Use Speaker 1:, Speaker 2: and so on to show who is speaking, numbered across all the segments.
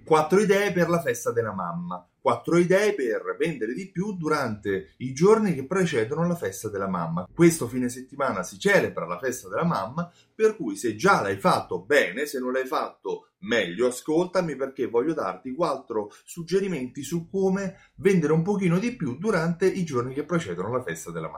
Speaker 1: 4 idee per la festa della mamma. 4 idee per vendere di più durante i giorni che precedono la festa della mamma. Questo fine settimana si celebra la festa della mamma, per cui se già l'hai fatto bene, se non l'hai fatto meglio, ascoltami perché voglio darti 4 suggerimenti su come vendere un pochino di più durante i giorni che precedono la festa della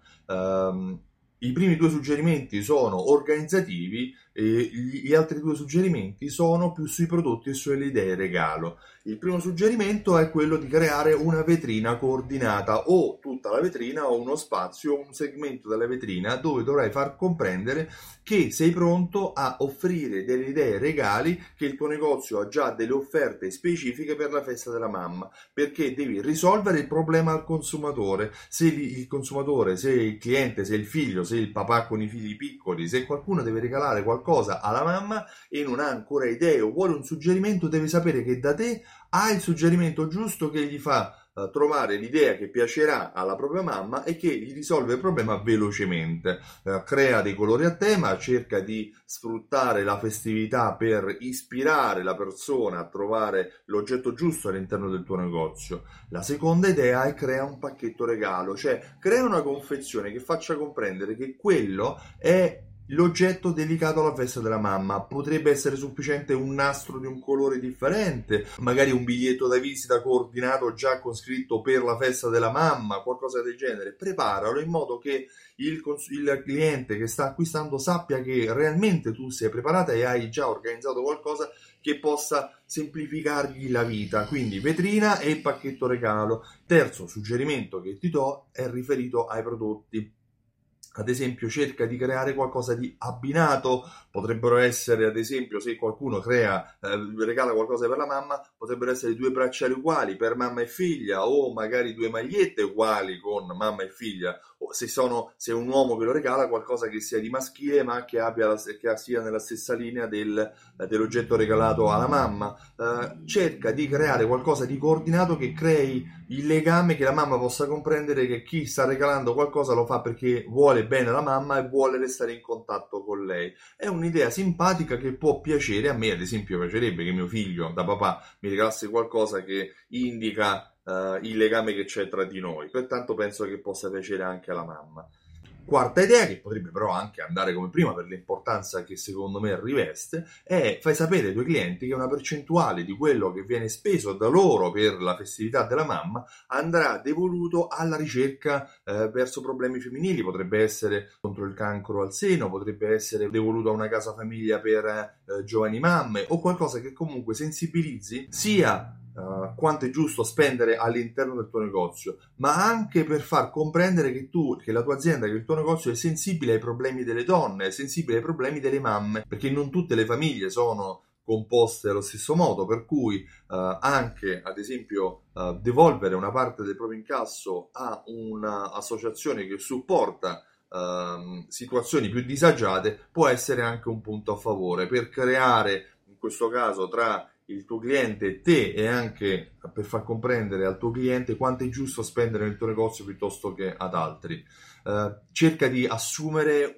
Speaker 1: mamma. I primi 2 suggerimenti sono organizzativi e gli altri 2 suggerimenti sono più sui prodotti e sulle idee regalo. Il primo suggerimento è quello di creare una vetrina coordinata o tutta la vetrina o uno spazio, un segmento della vetrina dove dovrai far comprendere che sei pronto a offrire delle idee regali, che il tuo negozio ha già delle offerte specifiche per la festa della mamma, perché devi risolvere il problema al consumatore. Se il consumatore, se il cliente, se il figlio, se il papà con i figli piccoli, se qualcuno deve regalare qualcosa alla mamma e non ha ancora idee o vuole un suggerimento, deve sapere che da te ha il suggerimento giusto che gli fa trovare l'idea che piacerà alla propria mamma e che gli risolve il problema velocemente. Crea dei colori a tema, cerca di sfruttare la festività per ispirare la persona a trovare l'oggetto giusto all'interno del tuo negozio. La seconda idea è crea un pacchetto regalo, cioè crea una confezione che faccia comprendere che quello è l'oggetto dedicato alla festa della mamma. Potrebbe essere sufficiente un nastro di un colore differente, magari un biglietto da visita coordinato già con scritto per la festa della mamma, qualcosa del genere. Preparalo in modo che il cliente che sta acquistando sappia che realmente tu sei preparata e hai già organizzato qualcosa che possa semplificargli la vita. Quindi vetrina e pacchetto regalo. Terzo suggerimento che ti do è riferito ai prodotti. Ad esempio, cerca di creare qualcosa di abbinato. Potrebbero essere, ad esempio, se qualcuno regala qualcosa per la mamma, potrebbero essere 2 bracciali uguali per mamma e figlia, o magari 2 magliette uguali con mamma e figlia, o se è un uomo che lo regala, qualcosa che sia di maschile ma che sia nella stessa linea dell'oggetto regalato alla mamma. Cerca di creare qualcosa di coordinato che crei il legame, che la mamma possa comprendere che chi sta regalando qualcosa lo fa perché vuole bene alla mamma e vuole restare in contatto con lei. È un'idea simpatica che può piacere a me. Ad esempio, piacerebbe che mio figlio da papà mi regalasse qualcosa che indica il legame che c'è tra di noi, pertanto penso che possa piacere anche alla mamma. Quarta idea, che potrebbe però anche andare come prima per l'importanza che secondo me riveste, è fai sapere ai tuoi clienti che una percentuale di quello che viene speso da loro per la festività della mamma andrà devoluto alla ricerca verso problemi femminili. Potrebbe essere contro il cancro al seno, potrebbe essere devoluto a una casa famiglia per giovani mamme, o qualcosa che comunque sensibilizzi sia quanto è giusto spendere all'interno del tuo negozio, ma anche per far comprendere che la tua azienda, che il tuo negozio è sensibile ai problemi delle donne, è sensibile ai problemi delle mamme, perché non tutte le famiglie sono composte allo stesso modo, per cui anche ad esempio devolvere una parte del proprio incasso a un'associazione che supporta situazioni più disagiate può essere anche un punto a favore per creare, in questo caso, tra il tuo cliente e te, e anche per far comprendere al tuo cliente quanto è giusto spendere nel tuo negozio piuttosto che ad altri. Cerca di assumere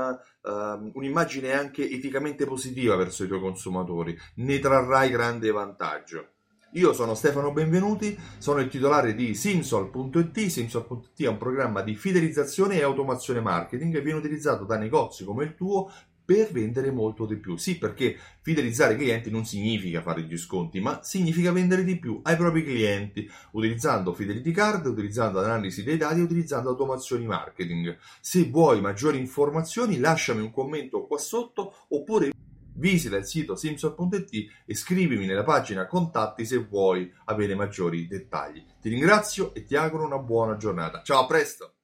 Speaker 1: un'immagine anche eticamente positiva verso i tuoi consumatori, ne trarrai grande vantaggio. Io sono Stefano Benvenuti, sono il titolare di Simsol.it. Simsol.it è un programma di fidelizzazione e automazione marketing che viene utilizzato da negozi come il tuo per vendere molto di più. Sì, perché fidelizzare i clienti non significa fare gli sconti, ma significa vendere di più ai propri clienti, utilizzando Fidelity Card, utilizzando analisi dei dati, utilizzando automazioni marketing. Se vuoi maggiori informazioni, lasciami un commento qua sotto, oppure visita il sito simsol.it e scrivimi nella pagina contatti se vuoi avere maggiori dettagli. Ti ringrazio e ti auguro una buona giornata. Ciao, a presto!